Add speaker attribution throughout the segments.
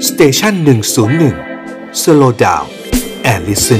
Speaker 1: สเตชัน101 Slow Down and Listen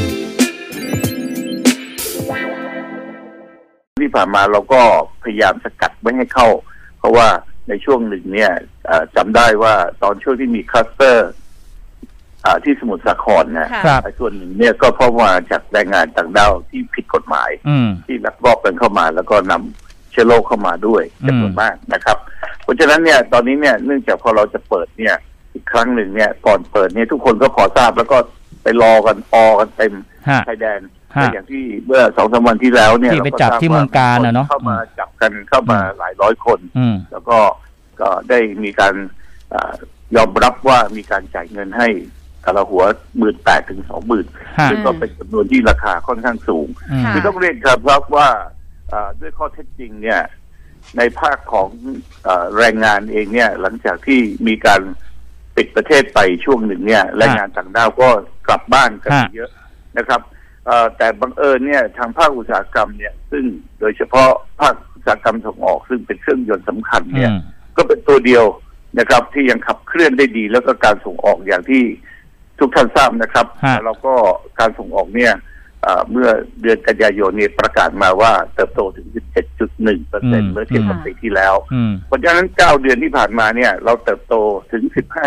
Speaker 2: ที่ผ่านมาเราก็พยายามสกัดไม่ให้เข้าเพราะว่าในช่วงหนึ่งเนี่ยจำได้ว่าตอนช่วงที่มีคลัสเตอร์ที่สมุทรสาครนะส่วนหนึ่งเนี่ยก็เพราะว่าจากแรงงานต่างด้าวที่ผิดกฎหมายที่ลักลอบกันเข้ามาแล้วก็นำเชื้อโรคเข้ามาด้วยจำนวนมากนะครับเพราะฉะนั้นเนี่ยตอนนี้เนี่ยเนื่องจากพอเราจะเปิดเนี่ยอีกครั้งหนึ่งเนี่ยก่อนเปิดเนี่ยทุกคนก็พอทราบแล้วก็ไปรอกันกันเต็มชายแดนอย่างที่เมื่อ 2-3 วันที่แล้วเนี่ย
Speaker 3: ที่ไปจับที่เมืองกาญเนาะ
Speaker 2: เข้ามาจับกันเข้ามาหลายร้อยคนแล้วก็ได้มีการยอมรับว่ามีการจ่ายเงินให้แต่ละหัว 18,000 ถึง 20,000 ซึ่งก็เป็นจำนวนที่ราคาค่อนข้างสูงคือต้องเรียนครับว่าด้วยข้อเท็จจริงเนี่ยในภาคของแรงงานเองเนี่ยหลังจากที่มีการปิดประเทศไปช่วงหนึ่งเนี่ยแรงงานต่างด้าวก็กลับบ้านกันเยอะนะครับแต่บังเอิญเนี่ยทางภาคอุตสาหกรรมเนี่ยซึ่งโดยเฉพาะภาคอุตสาหกรรมส่งออกซึ่งเป็นเครื่องยนต์สำคัญเนี่ยก็เป็นตัวเดียวนะครับที่ยังขับเคลื่อนได้ดีแล้วก็การส่งออกอย่างที่ทุกท่านทราบนะครับแล้วก็การส่งออกเนี่ยเมื่อเดือนกันยายนนี้ประกาศมาว่าเติบโตถึง 17.1% เมื่อเทียบกับปีที่แล้วเพราะฉะนั้น9เดือนที่ผ่านมาเนี่ยเราเติบโตถึง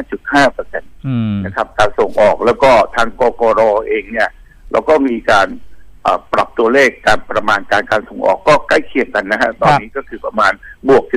Speaker 2: 15.5% นะครับการส่งออกแล้วก็ทางกกร.เองเนี่ยเราก็มีการปรับตัวเลขการประมาณการส่งออกก็ใกล้เคียงกันนะฮะตอนนี้ก็คือประมาณบวก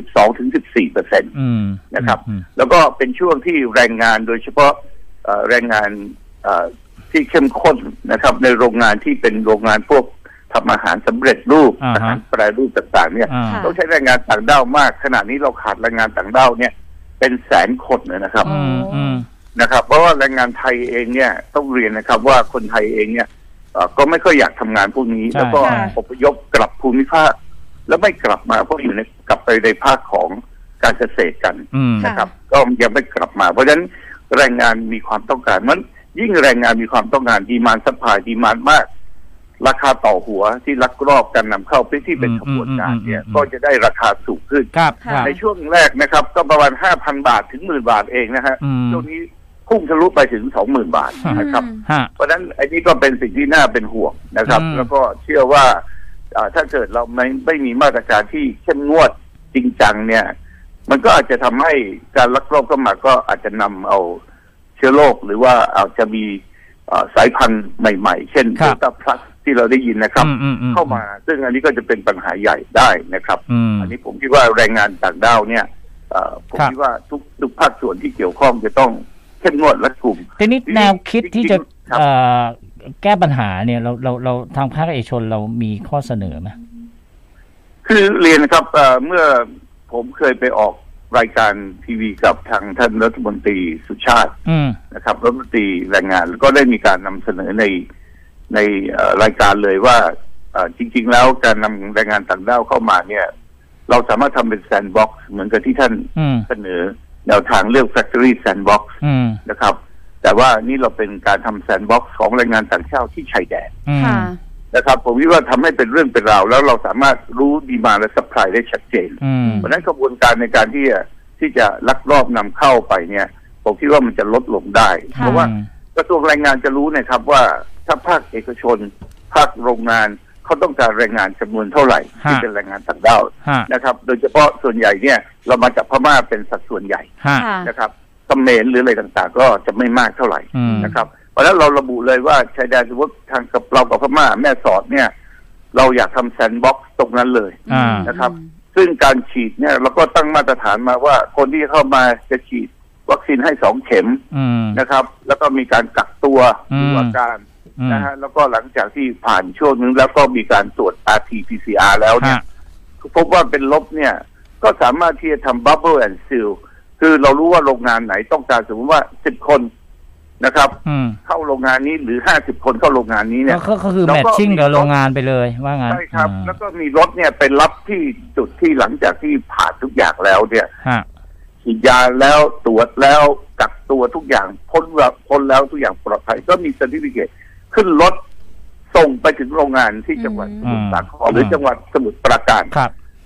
Speaker 2: 12-14% นะครับแล้วก็เป็นช่วงที่แรงงานโดยเฉพาะแรงงานที่เข้มข้นนะครับในโรงงานที่เป็นโรงงานพวกทำอาหารสำเร็จรูปอาหารแปรรูปต่างๆเนี่ยต้องใช้แรงงานต่างด้าวมากขณะนี้เราขาดแรงงานต่างด้าวเนี่ยเป็นแสนคนเลยนะครับเพราะว่าแรงงานไทยเองเนี่ยต้องเรียนนะครับว่าคนไทยเองเนี่ยก็ไม่ค่อยอยากทำงานพวกนี้แล้วก็อพยพกลับภูมิภาคแล้วไม่กลับมาเพราะอยู่ในกลับไปในภาคของการเกษตรกันนะครับก็ยังไม่กลับมาเพราะฉะนั้นแรงงานมีความต้องการมันยิ่งแรงงานมีความต้องการดีมานด์ซัพพลายดีมานด์มากราคาต่อหัวที่ลักลอบการนำเข้าไปที่เป็นขบวนการเนี่ยก็จะได้ราคาสูงขึ้นในช่วงแรกนะครับก็ประมาณ 5,000 บาทถึง 10,000 บาทเองนะฮะช่วงนี้พุ่งทะลุไปถึง 20,000 บาทนะครับเพราะฉะนั้นไอ้นี่ก็เป็นสิ่งที่น่าเป็นห่วงนะครับแล้วก็เชื่อว่าถ้าเกิดเราไม่มีมาตรการที่เข้มงวดจริงจังเนี่ยมันก็อาจจะทำให้การลักลอบเข้ามาก็อาจจะนำเอาเชื้อโรคหรือว่าอาจจะมีสายพันธุ์ใหม่ๆเช่นเดลต้าพลัสที่เราได้ยินนะครับเข้ามาซึ่งอันนี้ก็จะเป็นปัญหาใหญ่ได้นะครับอันนี้ผมคิดว่าแรงงานต่างด้าวเนี่ยผมคิดว่าทุกภาคส่วนที่เกี่ยวข้องจะต้องเข้มงวดและกลุ่ม
Speaker 3: ทีนี้แนวคิดที่จะแก้ปัญหาเนี่ยเราทางภาคเอกชนเรามีข้อเสนอไหม
Speaker 2: คือเรียนนะครับเมื่อผมเคยไปออกรายการทีวีกับทางท่านรัฐมนตรีสุชาตินะครับรัฐมนตรีแรงงานก็ได้มีการนำเสนอในรายการเลยว่าจริงๆแล้วการนำแรงงานต่างด้าวเข้ามาเนี่ยเราสามารถทำเป็นแซนด์บ็อกซ์เหมือนกับที่ท่านเสนอแนวทางเรื่อง Factory Sandbox นะครับแต่ว่านี่เราเป็นการทำแซนด์บ็อกซ์ของแรงงานต่างชาติที่ชายแดนนะครับผมคิดว่าทำให้เป็นเรื่องเป็นราวแล้วเราสามารถรู้ดีมานด์และซัพพลายได้ชัดเจนเพราะฉะนั้นกระบวนการในการที่จะลักลอบนำเข้าไปเนี่ยผมคิดว่ามันจะลดลงได้เพราะว่ากระทรวงแรงงานจะรู้นะครับว่าถ้าภาคเอกชนภาคโรงงานเขาต้องการแรงงานจำนวนเท่าไหร่ที่เป็นแรงงานต่างด้าวนะครับโดยเฉพาะส่วนใหญ่เนี่ยเรามาจากพม่าเป็นสัดส่วนใหญ่นะครับเขมรหรืออะไรต่างๆก็จะไม่มากเท่าไหร่นะครับเพราะฉะนั้นเราระบุเลยว่าชายแดนสมมติทางกับเรากับพม่าแม่สอดเนี่ยเราอยากทำแซนด์บ็อกซ์ตรงนั้นเลยนะครับซึ่งการฉีดเนี่ยเราก็ตั้งมาตรฐานมาว่าคนที่เข้ามาจะฉีดวัคซีนให้2 เข็มนะครับแล้วก็มีการกักตัวดูอาการนะฮะแล้วก็หลังจากที่ผ่านช่วงนึงแล้วก็มีการตรวจ RT-PCR แล้วเนี่ยพบว่าเป็นลบเนี่ยก็สามารถที่จะทำ Bubble and Seal คือเรารู้ว่าโรงงานไหนต้องการสมมติว่า10 คนนะครับเข้าโรงงานนี้หรือ50 คนเข้าโรงงานนี้เนี่ย
Speaker 3: ก็คือแมทชิ่งกับโรงงานไปเลยว่างั้น
Speaker 2: ใช่ครับแล้วก็มีรถเนี่ยไปรับที่จุดที่หลังจากที่ผ่านทุกอย่างแล้วเนี่ยฉีดยาแล้วตรวจแล้วกักตัวทุกอย่างพ้นแล้วทุกอย่างปลอดภัยก็มีเซอร์ติฟิเคตขึ้นรถส่งไปถึงโรงงานที่จังหวัดสมุทรสาครหรือจังหวัดสมุทรปราการ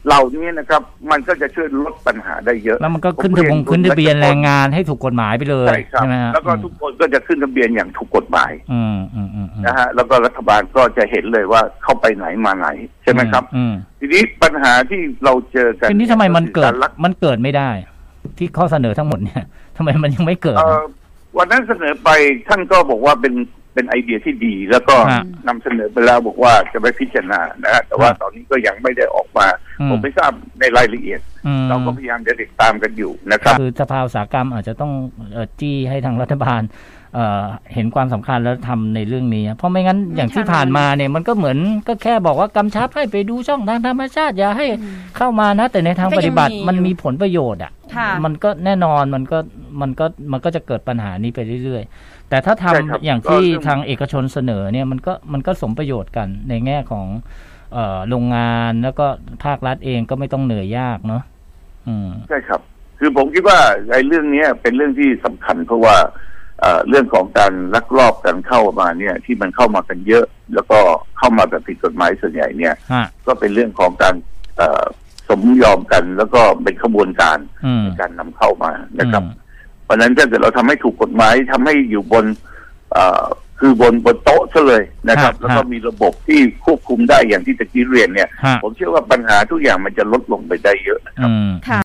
Speaker 2: เหล่านี้นะครับมันก็จะช่วยลดปัญหาได้เยอะ
Speaker 3: แล้วมันก็ขึ้นทะเบียนแรงงานให้ถูกกฎหมายไปเลยใช่ไหมฮะ
Speaker 2: แล้วก็ทุกคนก็จะขึ้นทะเบียนอย่างถูกกฎหมายนะฮะแล้วก็รัฐบาลก็จะเห็นเลยว่าเข้าไปไหนมาไหนใช่ไหมครับทีนี้ปัญหาที่เราเจอกัน
Speaker 3: ทีนี้ทำไมมันเกิดไม่ได้ที่ข้อเสนอทั้งหมดเนี่ยทำไมมันยังไม่เกิด
Speaker 2: วันนั้นเสนอไปท่านก็บอกว่าเป็นไอเดียที่ดีแล้วก็นำเสนอไปแล้วบอกว่าจะไปพิจารณานะฮะแต่ว่าตอนนี้ก็ยังไม่ได้ออกมาผมไม่ทราบในรายละเอียดเราก็พยายามจะติดตามกันอยู่นะครับ
Speaker 3: คือสภาอุตสาหกรรมอาจจะต้องจี้ให้ทางรัฐบาลเห็นความสำคัญแล้วทำในเรื่องนี้เพราะไม่งั้นอย่างที่ผ่านมาเนี่ยมันก็เหมือนก็แค่บอกว่ากำชับให้ไปดูช่องทางธรรมชาติอย่าให้เข้ามานะแต่ในทางปฏิบัติมันมีผลประโยชน์อ่ะมันก็แน่นอนมันก็จะเกิดปัญหานี้ไปเรื่อยๆแต่ถ้าทำอย่างที่ทางเอกชนเสนอเนี่ยมันก็สมประโยชน์กันในแง่ของโรงงานแล้วก็ภาครัฐเองก็ไม่ต้องเหนื่อยยากเนาะ
Speaker 2: ใช่ครับคือผมคิดว่าไอ้เรื่องนี้เป็นเรื่องที่สำคัญเพราะว่าเรื่องของการลักลอบการเข้ามาเนี่ยที่มันเข้ามากันเยอะแล้วก็เข้ามาแบบผิดกฎหมายส่วนใหญ่เนี่ยก็เป็นเรื่องของการสมยอมกันแล้วก็เป็นขบวนการในการนำเข้ามานะครับเพราะฉะนั้นถ้าเกิดเราทำให้ถูกกฎหมายทำให้อยู่บนคือบนโต๊ะซะเลยนะครับแล้วก็มีระบบที่ควบคุมได้อย่างที่ตะกี้เรียนเนี่ยผมเชื่อว่าปัญหาทุกอย่างมันจะลดลงไปได้เยอะนะครับ